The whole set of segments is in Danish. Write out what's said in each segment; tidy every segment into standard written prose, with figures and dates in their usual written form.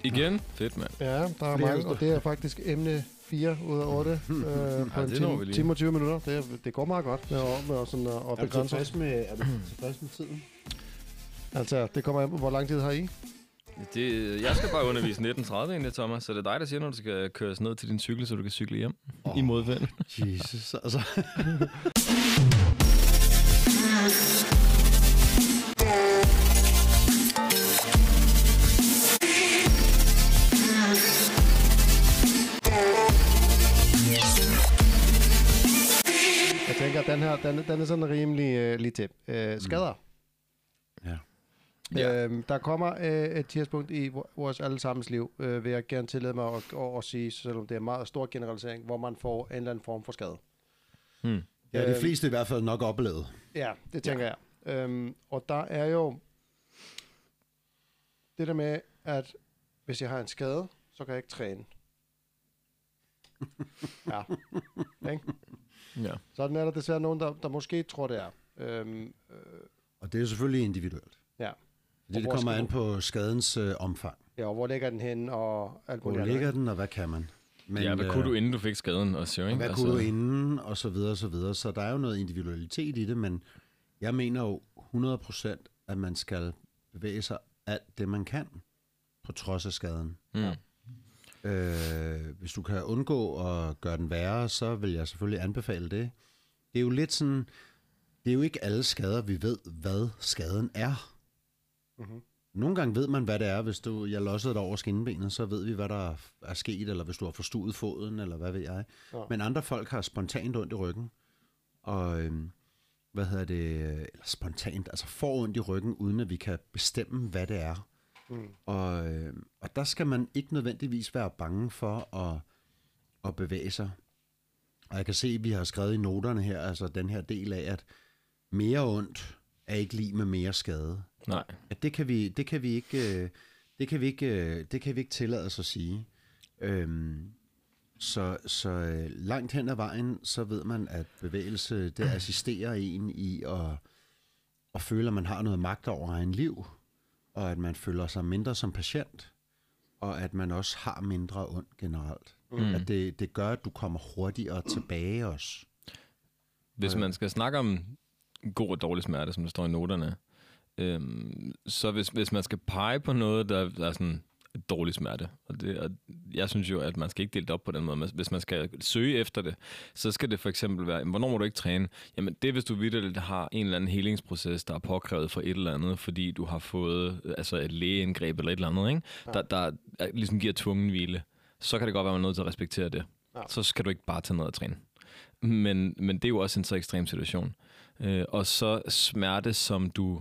Igen? Fedt, mand. Ja, der er mange, og det er faktisk emne 4 ud af 8 på en time og 20 minutter. Det går meget godt med at begrænse. Er du tilfreds med tiden? Altså, det kommer an på, hvor lang tid har I? Jeg skal bare undervise 19.30 egentlig, Thomas. Så det er dig, der siger, når du skal køres ned til din cykel, så du kan cykle hjem i modvind. Jesus, altså. Jeg tænker, at den er sådan rimelig lige til. Skader. Ja. Der kommer et tidspunkt i vores allesammens liv, vil jeg gerne tillade mig at sige, selvom det er en meget stor generalisering, hvor man får en eller anden form for skade. Ja, de fleste i hvert fald nok oplevet. Ja, det tænker jeg. Og der er jo det der med, at hvis jeg har en skade, så kan jeg ikke træne. Ja. Ikke? Ja. Sådan er der desværre nogen, der måske tror, det er. Og det er jo selvfølgelig individuelt. Ja. Fordi det kommer an på skadens omfang. Ja, og hvor ligger den henne, og alt muligt. Hvor ligger den, og hvad kan man? Men, hvad kunne du, inden du fik skaden også, jo, ikke? Hvad kunne du inden, og så videre, og så videre. Så der er jo noget individualitet i det, men jeg mener jo 100%, at man skal bevæge sig alt det, man kan, på trods af skaden. Hvis du kan undgå at gøre den værre, så vil jeg selvfølgelig anbefale det. Det er jo lidt sådan, det er jo ikke alle skader, vi ved, hvad skaden er. Mm-hmm. Nogle gange ved man, hvad det er. Hvis jeg lossede dig over skinnebenet, så ved vi, hvad der er sket, eller hvis du har forstuet foden, eller hvad ved jeg. Ja. Men andre folk har spontant ondt i ryggen, og eller spontant, altså får ondt i ryggen, uden at vi kan bestemme, hvad det er. Og der skal man ikke nødvendigvis være bange for at bevæge sig. Og jeg kan se, at vi har skrevet i noterne her, altså den her del af, at mere ondt er ikke lig med mere skade. Nej. At det kan vi ikke tillade os at sige. Så langt hen ad vejen, så ved man, at bevægelse, det assisterer en i at føle, at man har noget magt over egen liv, og at man føler sig mindre som patient, og at man også har mindre ondt generelt. At det gør, at du kommer hurtigere tilbage også. Hvis man skal snakke om god og dårlig smerte, som der står i noterne, så hvis man skal pege på noget, der er sådan dårlig smerte, og jeg synes jo, at man skal ikke dele det op på den måde. Hvis man skal søge efter det, så skal det for eksempel være, hvornår må du ikke træne? Jamen det er, hvis du vitterligt har en eller anden helingsproces, der er påkrævet for et eller andet, fordi du har fået et lægeindgreb eller et eller andet, ikke? Der ligesom giver tvungen hvile. Så kan det godt være, at man er nødt til at respektere det. Ja. Så skal du ikke bare tage ned og træne. Men det er jo også en så ekstrem situation. Og så smerte, som du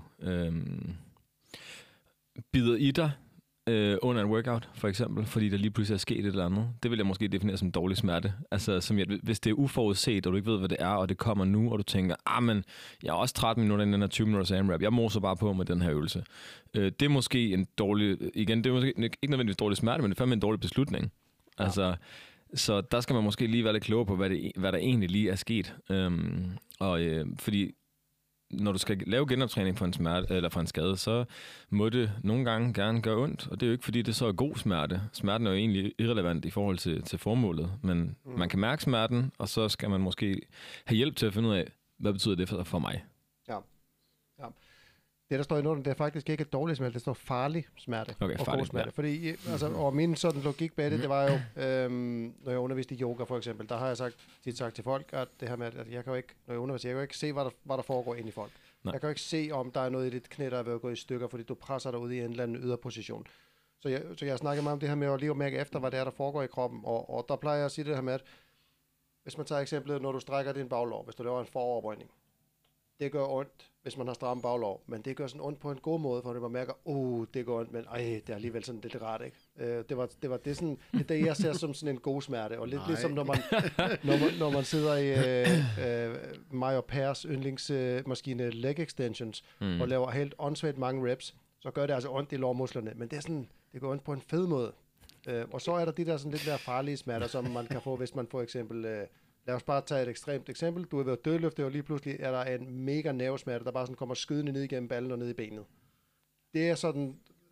bider i dig under en workout, for eksempel, fordi der lige pludselig er sket et eller andet. Det vil jeg måske definere som dårlig smerte. Altså, hvis det er uforudset, og du ikke ved, hvad det er, og det kommer nu, og du tænker, men jeg er også 13 minutter inden den her 20 minutters AMRAP. Jeg moser bare på med den her øvelse. Det er måske en dårlig, igen, det er måske ikke nødvendigvis dårlig smerte, men det er fandme en dårlig beslutning. Ja. Altså, så der skal man måske lige være lidt klogere på, hvad der egentlig lige er sket. Fordi når du skal lave genoptræning for en smerte eller for en skade, så må det nogle gange gerne gøre ondt, og det er jo ikke fordi det så er god smerte. Smerten er jo egentlig irrelevant i forhold til formålet, men man kan mærke smerten, og så skal man måske have hjælp til at finde ud af, hvad betyder det for mig. Ja. Det, der står i noten, det er faktisk ikke et dårligt smerte, det står farlig smerte. Okay, og farlig smerte. Fordi, og min sådan logik bag det var jo, når jeg underviste i yoga for eksempel, der har jeg tit sagt til folk, at det her med, at jeg kan jo ikke, når jeg underviser, jeg kan jo ikke se, hvad der foregår inde i folk. Nej. Jeg kan jo ikke se, om der er noget i dit knæ, der er ved at gå i stykker, fordi du presser dig ud i en eller anden yderposition. Så jeg snakker meget om det her med at lige at mærke efter, hvad det er, der foregår i kroppen. Og der plejer jeg at sige det her med, at hvis man tager eksemplet, når du strækker din baglår, hvis du laver en foroverbøjning, det gør ondt, hvis man har stramme baglår, men det gør sådan ondt på en god måde, for man mærker, det gør ondt, men det er alligevel sådan lidt rart, ikke? Det sådan, det er det, jeg ser som sådan en god smerte, og lidt ligesom når man sidder i mig og Pers yndlingsmaskine leg extensions, og laver helt åndssvagt mange reps, så gør det altså ondt i lårmusklerne, men det er sådan, det går ondt på en fed måde. Og så er der de der sådan lidt mere farlige smerter, som man kan få, hvis man for eksempel lad os bare tage et ekstremt eksempel. Du er ved at dødløfte, og lige pludselig er der en mega nervesmerte, der bare sådan kommer skydende ned igennem ballen og ned i benet. Det er sådan,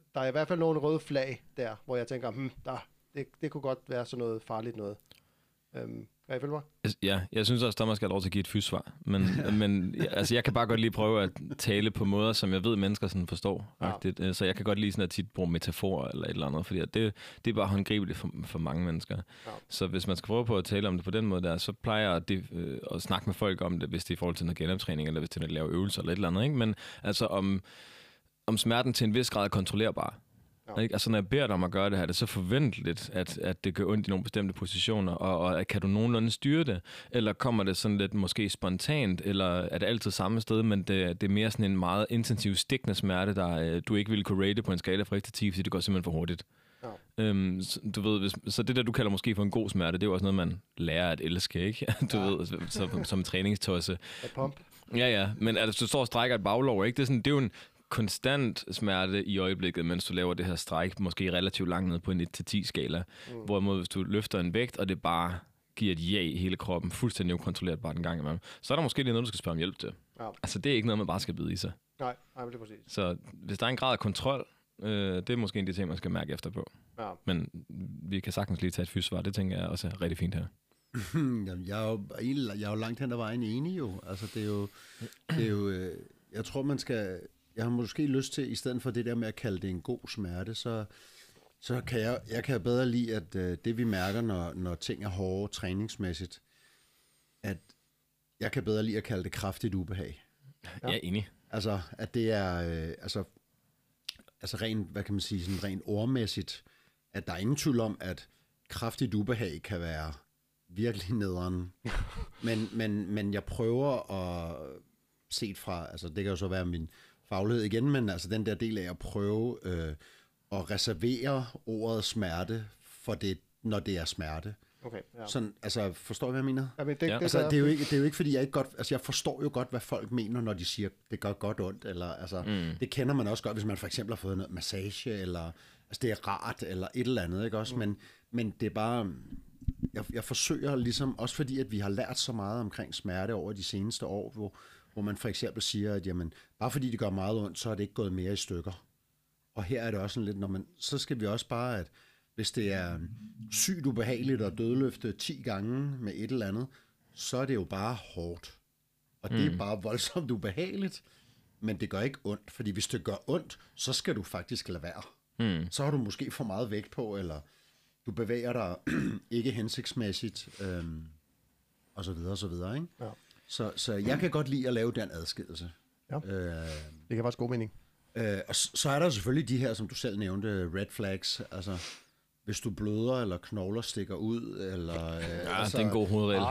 der er i hvert fald nogle røde flag der, hvor jeg tænker, det kunne godt være sådan noget farligt noget. Kan I følge mig? Ja, jeg synes også, Thomas skal have lov til at give et fyssvar. Men altså, jeg kan bare godt lige prøve at tale på måder, som jeg ved, mennesker sådan forstår. Ja. Så jeg kan godt lige sådan at tit bruge metaforer eller et eller andet, fordi det er bare håndgribeligt for mange mennesker. Ja. Så hvis man skal prøve på at tale om det på den måde der, så plejer jeg at snakke med folk om det, hvis det er i forhold til noget genoptræning, eller hvis det er at lave øvelser eller et eller andet. Ikke? Men altså om smerten til en vis grad er kontrollerbar. Ja. Altså når jeg beder dig om at gøre det her, det er så forventeligt, at det gør ondt i nogle bestemte positioner, og kan du nogenlunde styre det? Eller kommer det sådan lidt måske spontant, eller er det altid samme sted, men det er mere sådan en meget intensiv stikkende smerte, der du ikke ville kunne rate på en skala fra 1 til 10, fordi det går simpelthen for hurtigt. Ja. Du ved, så det der, du kalder måske for en god smerte, det er jo også noget, man lærer at elske, ikke? Du ved, som træningstosse. Pump. Ja, men altså, du står og strækker et baglov, ikke? Det er jo en konstant smerte i øjeblikket, mens du laver det her stræk, måske relativt langt ned på en 1-10-skala. Hvorimod hvis du løfter en vægt, og det bare giver et ja i hele kroppen, fuldstændig ukontrolleret bare den gang imellem, så er der måske lige noget, du skal spørge om hjælp til. Ja. Altså, det er ikke noget, man bare skal bide i sig. Nej, men det er præcis. Så hvis der er en grad af kontrol, det er måske en af de ting, man skal mærke efter på. Ja. Men vi kan sagtens lige tage et fyssvar, det tænker jeg også er rigtig fint her. Jamen, jeg er jo langt hen ad vejen enig jo. Altså, det er jo jeg tror, man skal... Jeg har måske lyst til, i stedet for det der med at kalde det en god smerte, så kan jeg kan bedre lide, at det vi mærker, når ting er hårde træningsmæssigt, at jeg kan bedre lide at kalde det kraftigt ubehag. Ja. Jeg er enig. Altså, at det er, altså rent, hvad kan man sige, sådan rent ordmæssigt, at der er ingen tvivl om, at kraftigt ubehag kan være virkelig nederen. men jeg prøver at set fra, altså det kan jo så være min faglighed igen, men altså den der del af at prøve at reservere ordet smerte for det, når det er smerte. Okay, ja. Sådan, altså, forstår du, hvad jeg mener? Ja, men det er jo ikke, fordi jeg ikke godt... Altså, jeg forstår jo godt, hvad folk mener, når de siger, det gør godt ondt, eller altså... Det kender man også godt, hvis man for eksempel har fået noget massage, eller... Altså, det er rart, eller et eller andet, ikke også? Men det er bare... Jeg forsøger ligesom, også fordi, at vi har lært så meget omkring smerte over de seneste år, hvor man for eksempel siger, at jamen, bare fordi det gør meget ondt, så er det ikke gået mere i stykker. Og her er det også sådan lidt, så skal vi også bare, at hvis det er sygt ubehageligt at dødløfte 10 gange med et eller andet, så er det jo bare hårdt. Og det er bare voldsomt ubehageligt, men det gør ikke ondt, fordi hvis det gør ondt, så skal du faktisk lade være. Så har du måske for meget vægt på, eller du bevæger dig ikke hensigtsmæssigt, og så videre, og så videre, ikke? Ja. Så jeg kan godt lide at lave den adskillelse. Ja. Det kan være god mening. Og så er der selvfølgelig de her, som du selv nævnte, red flags. Altså, hvis du bløder, eller knogler stikker ud, eller... altså, det er en god hovedregel.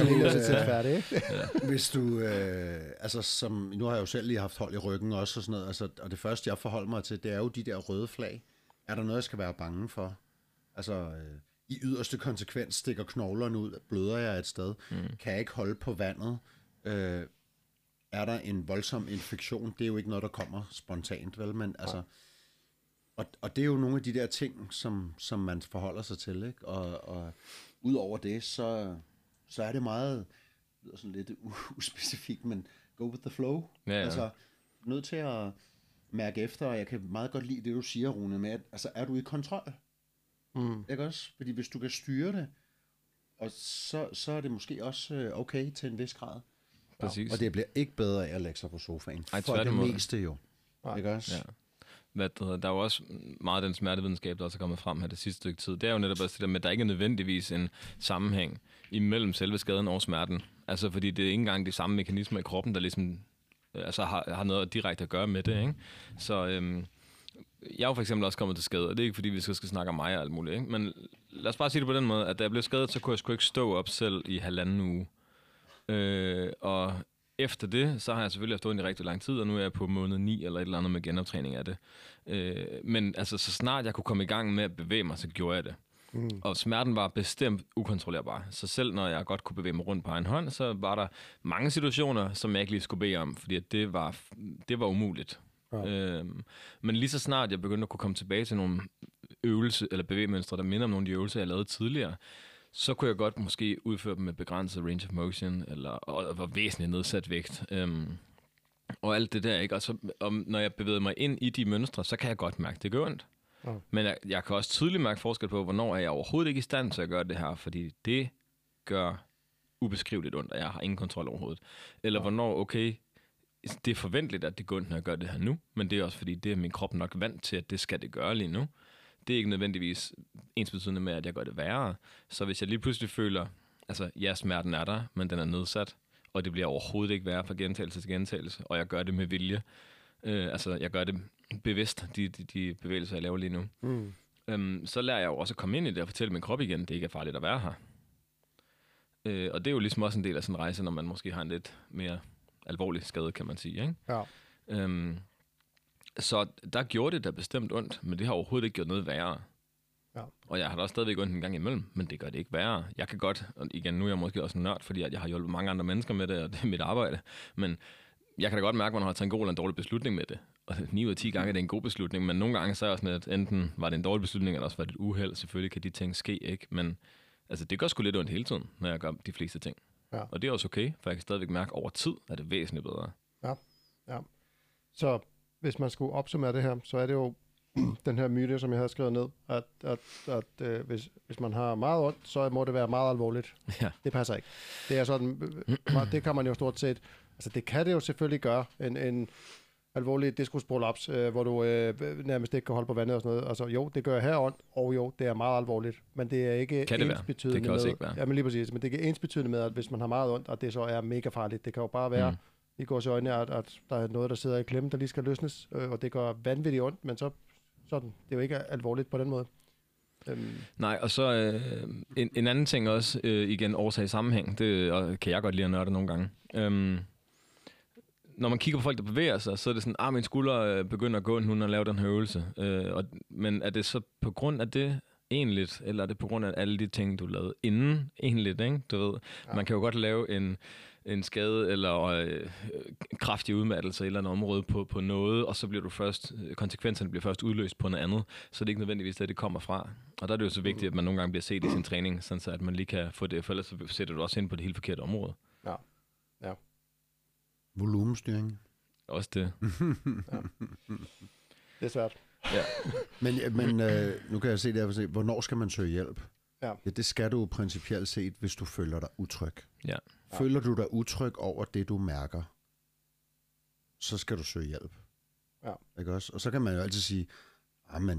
Hvis du... altså, som... Nu har jeg jo selv lige haft hold i ryggen også, og sådan noget. Altså, og det første, jeg forholder mig til, det er jo de der røde flag. Er der noget, jeg skal være bange for? Altså... I yderste konsekvens stikker knoglerne ud, bløder jeg et sted, kan jeg ikke holde på vandet, er der en voldsom infektion, det er jo ikke noget, der kommer spontant, vel, men altså, og det er jo nogle af de der ting, som man forholder sig til, ikke, og ud over det, så er det meget, det lyder sådan lidt uspecifikt, men go with the flow, altså, nødt til at mærke efter, og jeg kan meget godt lide det, du siger, Rune, med, at, altså, er du i kontrol? Ikke også? Fordi hvis du kan styre det, og så er det måske også okay til en vis grad. Præcis. Og det bliver ikke bedre af at lægge sig på sofaen. For det meste jo. Ikke også? Ja. Der er jo også meget den smertevidenskab, der også er kommet frem her det sidste stykke tid. Det er jo netop også det der med, at der ikke er nødvendigvis en sammenhæng imellem selve skaden og smerten. Altså fordi det er ikke engang de samme mekanismer i kroppen, der ligesom altså har noget direkte at gøre med det, ikke? Så... jeg er jo for eksempel også kommet til skade, og det er ikke fordi, vi skal snakke om mig og alt muligt, ikke? Men lad os bare sige det på den måde, at da jeg blev skadet, så kunne jeg sgu ikke stå op selv i 1,5 uge. Og efter det, så har jeg selvfølgelig haft ondt i rigtig lang tid, og nu er jeg på måned 9 eller et eller andet med genoptræning af det. Men altså, så snart jeg kunne komme i gang med at bevæge mig, så gjorde jeg det. Og smerten var bestemt ukontrollerbar. Så selv når jeg godt kunne bevæge mig rundt på en hånd, så var der mange situationer, som jeg ikke lige skulle bede om, fordi det var umuligt. Ja. Men lige så snart jeg begyndte at kunne komme tilbage til nogle øvelser eller bevægemønstre, der minder om nogle af de øvelser, jeg lavede tidligere, så kunne jeg godt måske udføre dem med begrænset range of motion, eller og væsentligt nedsat vægt. og alt det der, ikke? Og så, når jeg bevæger mig ind i de mønstre, så kan jeg godt mærke, det gør ondt. Men jeg kan også tydeligt mærke forskel på, hvornår er jeg overhovedet ikke i stand til at gøre det her, fordi det gør ubeskriveligt ondt, og jeg har ingen kontrol overhovedet. Eller hvornår, okay, det er forventeligt, at det går ondt, når jeg gør det her nu, men det er også fordi, det er min krop nok vant til, at det skal det gøre lige nu. Det er ikke nødvendigvis ensbetydende med, at jeg gør det værre. Så hvis jeg lige pludselig føler, altså ja, smerten er der, men den er nedsat, og det bliver overhovedet ikke værre fra gentagelse til gentagelse, og jeg gør det med vilje. Altså, jeg gør det bevidst, de bevægelser, jeg laver lige nu. Så lærer jeg jo også at komme ind i det og fortælle min krop igen, det ikke er farligt at være her. Og det er jo ligesom også en del af sådan en rejse, når man måske har en lidt mere alvorlig skade, kan man sige. Ikke? Ja. Så der gjorde det da bestemt ondt, men det har overhovedet ikke gjort noget værre. Ja. Og jeg har da også stadigvæk ondt en gang imellem, men det gør det ikke værre. Jeg kan godt, og igen, nu er jeg måske også en nørd, fordi at jeg har hjulpet mange andre mennesker med det, og det er mit arbejde, men jeg kan da godt mærke, at man har taget en god eller en dårlig beslutning med det. Og 9 ud af 10 gange er det en god beslutning, men nogle gange så er jeg sådan, at enten var det en dårlig beslutning, eller også var det et uheld. Selvfølgelig kan de ting ske, ikke? Men altså, det gør sgu lidt ondt hele tiden, når jeg gør de fleste ting. Ja. Og det er også okay, for jeg kan stadigvæk mærke over tid, at det er væsentligt bedre. Ja. Så hvis man skulle opsummere det her, så er det jo den her myte, som jeg har skrevet ned, at hvis man har meget ondt, så må det være meget alvorligt. Ja. Det passer ikke. Det er sådan, det kan man jo stort set, altså det kan det jo selvfølgelig gøre, en alvorlig diskusprolaps, hvor du nærmest ikke kan holde på vandet og sådan noget. Altså jo, det gør her ondt, og jo, det er meget alvorligt, men det er ikke ensbetydende det kan også ikke være. Ja, men lige præcis, men det er ikke ensbetydende med, at hvis man har meget ondt, og det så er mega farligt. Det kan jo bare være, i går i øjnene, at der er noget, der sidder i klemme, der lige skal løsnes, og det gør vanvittigt ondt, men så sådan, det er jo ikke alvorligt på den måde. Nej, og så en anden ting også, igen årsag i sammenhæng, det kan jeg godt lide at nørde nogle gange. Når man kigger på folk, der bevæger sig, så er det sådan, min skulder begynder at gå, nu når jeg laver den her øvelse. Men er det så på grund af det egentlig, eller er det på grund af alle de ting, du lavede inden egentlig, ikke? Du ved, man kan jo godt lave en skade eller kraftig udmattelse i et eller andet område på noget, og så bliver du konsekvenserne bliver først udløst på noget andet, så det er ikke nødvendigvis det kommer fra. Og der er det jo så vigtigt, at man nogle gange bliver set i sin træning, sådan så at man lige kan få det, for ellers så sætter du også ind på det helt forkerte område. Ja. Volumenstyring. Også det. Ja. Det er svært. Ja. Men nu kan jeg se det, hvornår skal man søge hjælp? Ja. Det skal du principielt set, hvis du føler dig utryg. Ja. Føler du dig utryg over det, du mærker, så skal du søge hjælp. Ja. Ikke også? Og så kan man jo altid sige, lad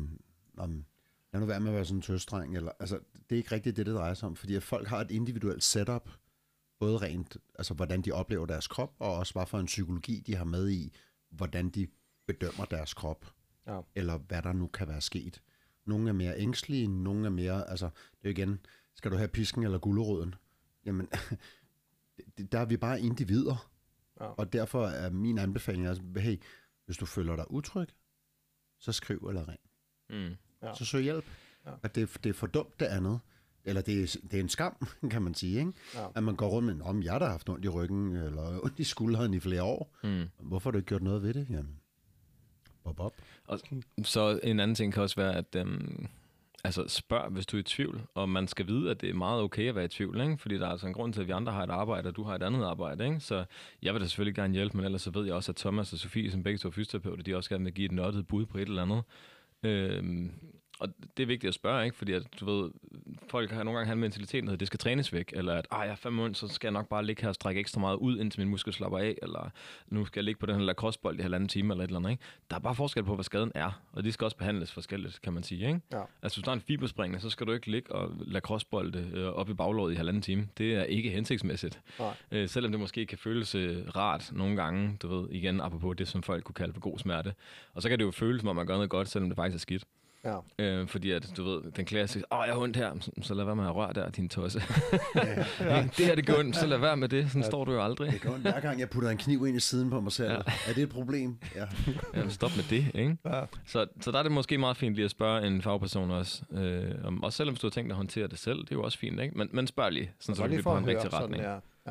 nu være med at være sådan en tøsdreng. Eller, altså, det er ikke rigtigt det drejer sig om, fordi at folk har et individuelt setup, både rent, altså hvordan de oplever deres krop, og også hvad for en psykologi, de har med i, hvordan de bedømmer deres krop, eller hvad der nu kan være sket. Nogle er mere ængstlige, nogle er mere, altså, det er jo igen, skal du have pisken eller guleroden? Jamen, der er vi bare individer, og derfor er min anbefaling, altså, hey, hvis du føler dig utryg, så skriv eller ring. Så søg hjælp. At det er for dumt det andet. Eller det er en skam, kan man sige, ikke? Ja. At man går rundt med, om jeg der har haft ondt i ryggen, eller ondt i skulderen i flere år. Hvorfor har du ikke gjort noget ved det? Jamen, bob. Og så en anden ting kan også være, at spørg, hvis du er i tvivl, og man skal vide, at det er meget okay at være i tvivl, ikke? Fordi der er altså en grund til, at vi andre har et arbejde, og du har et andet arbejde, ikke? Så jeg vil da selvfølgelig gerne hjælpe, men ellers så ved jeg også, at Thomas og Sofie, som begge to er fysioterapeuter, de også gerne vil give et nørdet bud på et eller andet. Og det er vigtigt at spørge, ikke? Fordi at, du ved, folk har nogle gange en mentalitet, at det skal trænes væk, eller at jeg er 5 måneder, så skal jeg nok bare ligge her og strække ekstra meget ud, indtil min muskel slapper af, eller nu skal jeg ligge på den her lacrossebold i 1,5 time, eller et eller andet, ikke? Der er bare forskel på, hvad skaden er, og de skal også behandles forskelligt, kan man sige, ikke? Ja. Altså, hvis du har en fiberspringende, så skal du ikke ligge og lacrossebolde op i baglåret i 1,5 time. Det er ikke hensigtsmæssigt. Selvom det måske kan føles rart nogle gange, du ved, igen, apropos det, som folk kunne kalde for god smerte. Og så kan det jo føles, som om man gør noget godt, selvom det faktisk er skidt. Ja. Fordi at, du ved, den klassiske, jeg har ondt her, så lad være med at røre der, din tosse. Det her, det går ondt, så lad være med det, sådan står du jo aldrig. Det går ondt hver gang, jeg putter en kniv ind i siden på mig selv. Ja. Er det et problem? Ja, stop med det, ikke? Ja. Så der er det måske meget fint lige at spørge en fagperson også. Også selvom du har tænkt at håndtere det selv, det er jo også fint, ikke? Men spørg lige, sådan, så du bliver på en rigtig retning.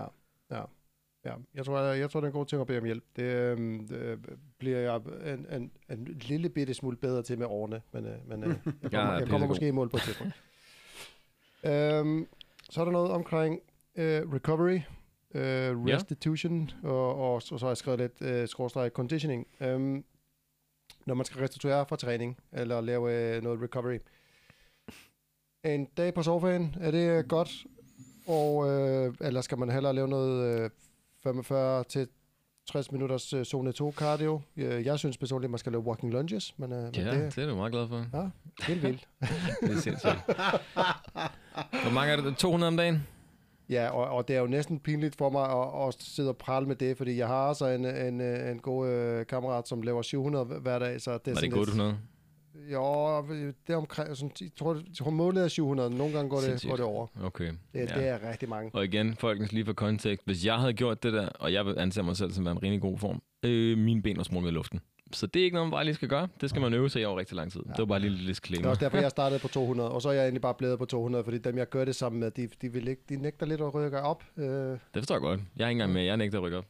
Ja, jeg tror, det er en god ting at bede om hjælp. Det bliver jeg en lille bitte smule bedre til med årene, men jeg kommer måske i mål på et tidspunkt. Så er der noget omkring recovery. restitution, og så har jeg skrevet lidt skråstreg conditioning. Når man skal restituere for træning, eller lave noget recovery. En dag på sofaen, er det godt? Eller skal man hellere lave noget 45 til 60 minutters zone 2 cardio? Jeg synes personligt, at man skal lave walking lunges. Men det er du meget glad for. Ja, helt vildt. Det er sindssygt. Hvor mange er det? 200 om dagen? Ja, og det er jo næsten pinligt for mig at sidde og prale med det, fordi jeg har altså en god kammerat, som laver 700 hver dag. Så det er var det godt 100? Jo, det er omkring, sådan, jeg tror målet er 700, nogle gange går det over. Okay. Det er rigtig mange. Og igen, folkens, lige for kontekst, hvis jeg havde gjort det der, og jeg anser mig selv som en rigtig god form, mine ben var små med luften. Så det er ikke noget, man bare lige skal gøre. Det skal man øve sig i over rigtig lang tid. Ja. Det var bare lige lidt disclaimer. Det er også derfor, jeg startede på 200, og så er jeg egentlig bare blevet på 200, fordi dem, jeg gør det sammen med, de nægter lidt at rykke op. Det forstår jeg godt. Jeg er ikke engang med, jeg nægter at rykke op.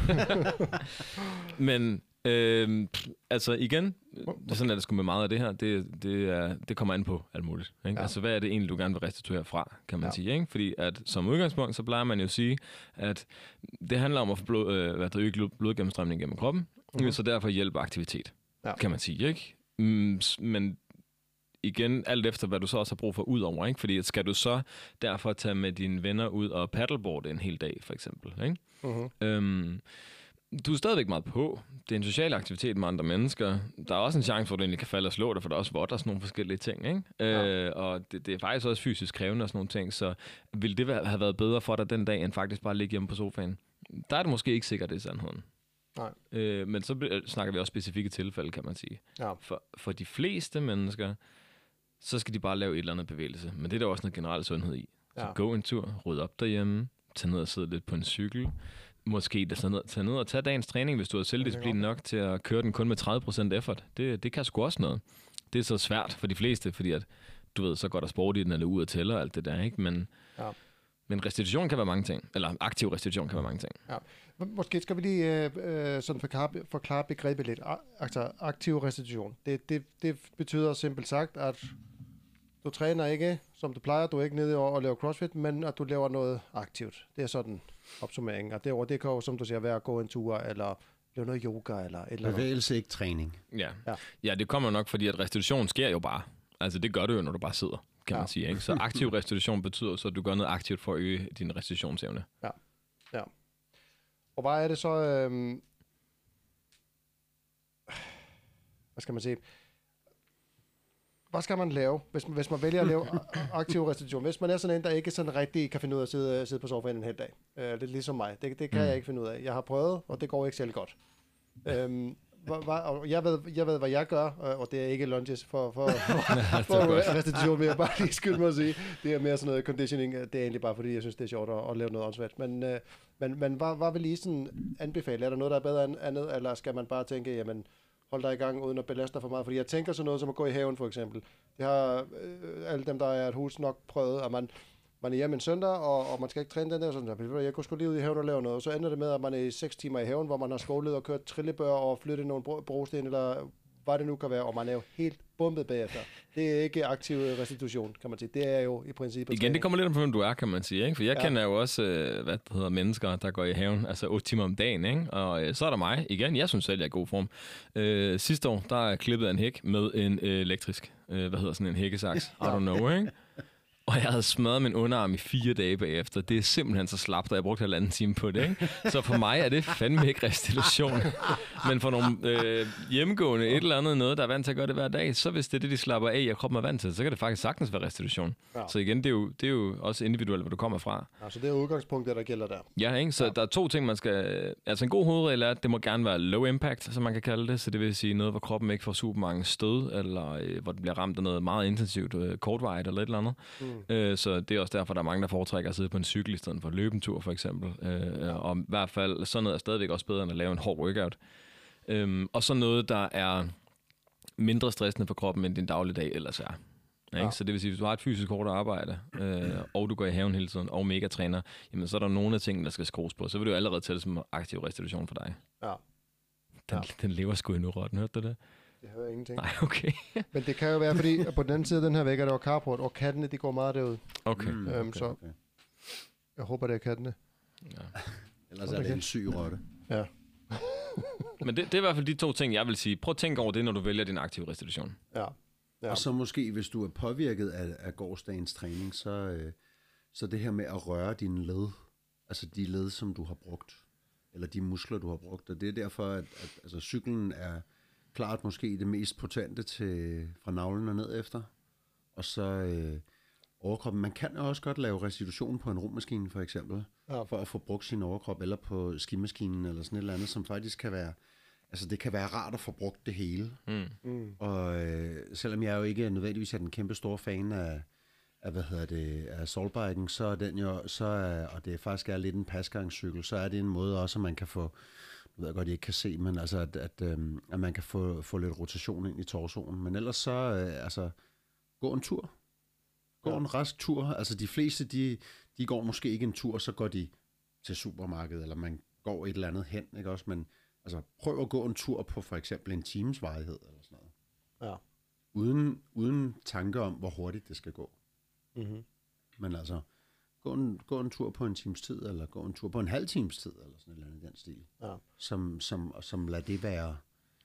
Men altså igen, sådan er det sgu med meget af det her, det kommer an på alt muligt. Ikke? Ja. Altså hvad er det egentlig, du gerne vil restituere fra, kan man sige. Ikke? Fordi at som udgangspunkt, så plejer man jo at sige, at det handler om at få øge blodgennemstrømning gennem kroppen, så derfor hjælper aktivitet, kan man sige. Ikke? Men igen, alt efter hvad du så også har brug for ud over, ikke? Fordi skal du så derfor tage med dine venner ud og paddleboarde en hel dag, for eksempel, ikke? Du er stadigvæk meget på. Det er en social aktivitet med andre mennesker. Der er også en chance for, at du egentlig kan falde og slå dig, for der er også vådt og sådan nogle forskellige ting. Ikke? Og det er faktisk også fysisk krævende og sådan nogle ting. Så vil det have været bedre for dig den dag, end faktisk bare at ligge hjemme på sofaen? Der er det måske ikke sikkert, det er sandheden. Nej. Men så snakker vi også specifikke tilfælde, kan man sige. Ja. For de fleste mennesker, så skal de bare lave et eller andet bevægelse. Men det er der også noget generelt sundhed i. Så gå en tur, rydde op derhjemme, tage ned og sidde lidt på en cykel. Måske tage ned og tage dagens træning, hvis du har selvdisciplin nok til at køre den kun med 30% effort. Det kan sgu også noget. Det er så svært for de fleste, fordi at, du ved, så går der sport i den, eller ud og tæller og alt det der, ikke? Men restitution kan være mange ting. Eller aktiv restitution kan være mange ting. Ja. Måske skal vi lige sådan forklare begrebet lidt. Altså, aktiv restitution. Det betyder simpelt sagt, at du træner ikke, som du plejer. Du er ikke nede og laver CrossFit, men at du laver noget aktivt. Det er sådan opsummeringen. Og det kan jo, som du siger, være at gå en tur, eller lave noget yoga, eller et eller andet. Bevægelse, ikke træning. Ja, det kommer nok, fordi at restitution sker jo bare. Altså, det gør du jo, når du bare sidder, kan man sige. Ikke? Så aktiv restitution betyder så, at du gør noget aktivt for at øge din restitutionsevne. Ja. Og hvad er det så... hvad skal man sige? Hvad skal man lave, hvis man vælger at lave aktiv restitution? Hvis man er sådan en, der ikke sådan rigtig kan finde ud af at sidde på sofaen en hel dag. Det er ligesom mig. Det kan jeg ikke finde ud af. Jeg har prøvet, og det går ikke særlig godt. Og jeg ved, hvad jeg gør, og det er ikke lunges for restitution, vil jeg bare lige skylde mig at sige. Det er mere sådan noget conditioning. Det er egentlig bare, fordi jeg synes, det er sjovt at lave noget åndssvagt. Men hvad vil I sådan anbefale? Er der noget, der er bedre end andet, eller skal man bare tænke, jamen, hold dig i gang, uden at belaste dig for meget? Fordi jeg tænker sådan noget som at gå i haven, for eksempel. Det har alle dem, der er et hus, nok prøvet, at man er hjemme en søndag, og man skal ikke træne den der, sådan, jeg går sgu lige ud i haven og lave noget, og så ender det med, at man er i 6 timer i haven, hvor man har skålet og kørt trillebør og flyttet nogle brosten, eller hvad det nu kan være, og man er jo helt bumpet bagefter. Det er ikke aktiv restitution, kan man sige. Det er jo i princippet igen, det kommer lidt om, hvem du er, kan man sige. Ikke? For jeg kender jo også, mennesker, der går i haven, altså 8 timer om dagen, ikke? Og så er der mig. Igen, jeg synes selv, jeg er i god form. Sidste år, der er klippet en hæk med en elektrisk, sådan en hækkesaks. I don't know, ikke? Og jeg havde smadret min underarm i 4 dage bagefter. Det er simpelthen så slapt, og jeg brugte 1,5 time på det. Ikke? Så for mig er det fandme ikke restitution. Men for nogle hjemmegående et eller andet noget, der er vant til at gøre det hver dag, så hvis det er det, de slapper af, og kroppen er vant til, så kan det faktisk sagtens være restitution. Ja. Så igen, det er jo også individuelt, hvor du kommer fra. Ja, så det er udgangspunktet, der gælder der. Ja, ikke? Så der er 2 ting, man skal... Altså en god hovedregel er, at det må gerne være low impact, som man kan kalde det. Så det vil sige noget, hvor kroppen ikke får super mange stød, eller hvor den bliver ramt af noget meget intensivt, kortvarigt eller et eller andet. Så det er også derfor, der er mange, der foretrækker at sidde på en cykel i stedet for at løbe en tur, for eksempel. Og i hvert fald, sådan noget er stadigvæk også bedre, end at lave en hård workout. Og så noget, der er mindre stressende for kroppen, end din dagligdag ellers er. Ja. Så det vil sige, hvis du har et fysisk hårdt arbejde, og du går i haven hele tiden, og megatræner, jamen så er der nogle af tingene, der skal skrues på. Så vil du jo allerede tælle som aktiv restitution for dig. Ja. Den lever sgu endnu rotten, hørte du det? Jeg hører ingenting. Nej, okay. Men det kan jo være, fordi på den anden side af den her væg er der jo carport, og kattene, de går meget derud. Okay. Så jeg håber, det er kattene. Ja. Ellers er det en syg rotte. Ja. Men det er i hvert fald de 2 ting, jeg vil sige. Prøv at tænke over det, når du vælger din aktive restitution. Ja. Og så måske, hvis du er påvirket af gårdsdagens træning, så det her med at røre dine led, altså de led, som du har brugt, eller de muskler, du har brugt, og det er derfor, at altså, cyklen er klart måske det mest potente fra navlen og ned efter, og så overkroppen. Man kan også godt lave restitution på en romaskine, for eksempel, for at få brugt sin overkrop, eller på skimaskinen, eller sådan et eller andet, som faktisk kan være, altså det kan være rart at få brugt det hele. Og selvom jeg jo ikke nødvendigvis er den kæmpe store fan af af soulbiken, så er den jo, og det faktisk er lidt en pasgangscykel, så er det en måde også, at man kan få, jeg ved godt, I ikke kan se, men altså, at man kan få lidt rotation ind i torsoen. Men ellers så, gå en tur. Gå en rask tur. Altså de fleste, de går måske ikke en tur, så går de til supermarkedet, eller man går et eller andet hen, ikke også? Men altså, prøv at gå en tur på for eksempel en times varighed, eller sådan noget. Ja. Uden tanke om, hvor hurtigt det skal gå. Mm-hmm. Men altså, gå en tur på en times tid, eller gå en tur på en halv times tid, eller sådan et eller andet i den stil. Ja. Som lader det være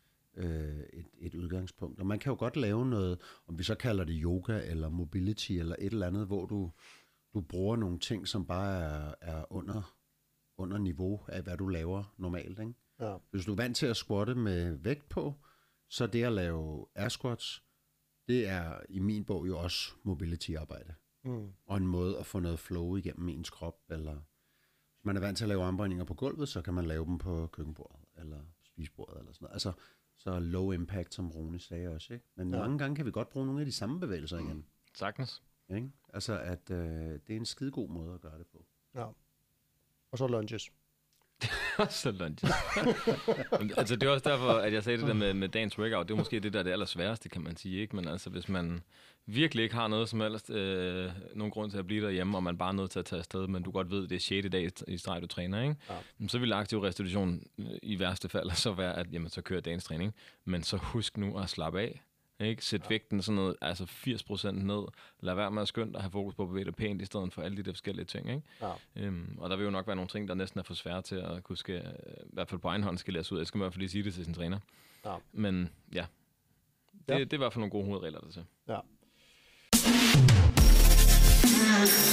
et udgangspunkt. Og man kan jo godt lave noget, om vi så kalder det yoga, eller mobility, eller et eller andet, hvor du bruger nogle ting, som bare er under niveau af, hvad du laver normalt, ikke? Ja. Hvis du er vant til at squatte med vægt på, så det at lave air squats, det er i min bog jo også mobility-arbejde. Og en måde at få noget flow igennem ens krop, eller hvis man er vant til at lave armbøjninger på gulvet, så kan man lave dem på køkkenbordet, eller spisebordet, eller sådan noget. Altså, så low impact, som Rune sagde også, ikke? Men mange gange kan vi godt bruge nogle af de samme bevægelser igen. Sagtens. Ikke? Altså, at det er en skidegod måde at gøre det på. Ja. Og så lunges. Så lunges. Altså, det er også derfor, at jeg sagde det der med dagens workout. Det er måske det, der er det allersværeste, kan man sige, ikke? Men altså, hvis man virkelig ikke har noget som ellers, nogen grund til at blive derhjemme, og man bare er nødt til at tage afsted, men du godt ved, det er 6. dag i streg, du træner, ikke? Ja. Så vil aktiv restitution i værste fald så være, at jamen, så kører dagens træning. Men så husk nu at slappe af. Ikke? Sæt vægten sådan noget, altså 80% ned. Lad være med at skynde og have fokus på at bevæge dig pænt, i stedet for alle de der forskellige ting. Ikke? Ja. Og der vil jo nok være nogle ting, der næsten er for svære til at kunne i hvert fald på egen hånd skal læres ud. Jeg skal i hvert fald lige sige det til sin træner. Ja. Men ja, det er i hvert fald nogle gode hovedregler der til. Ja.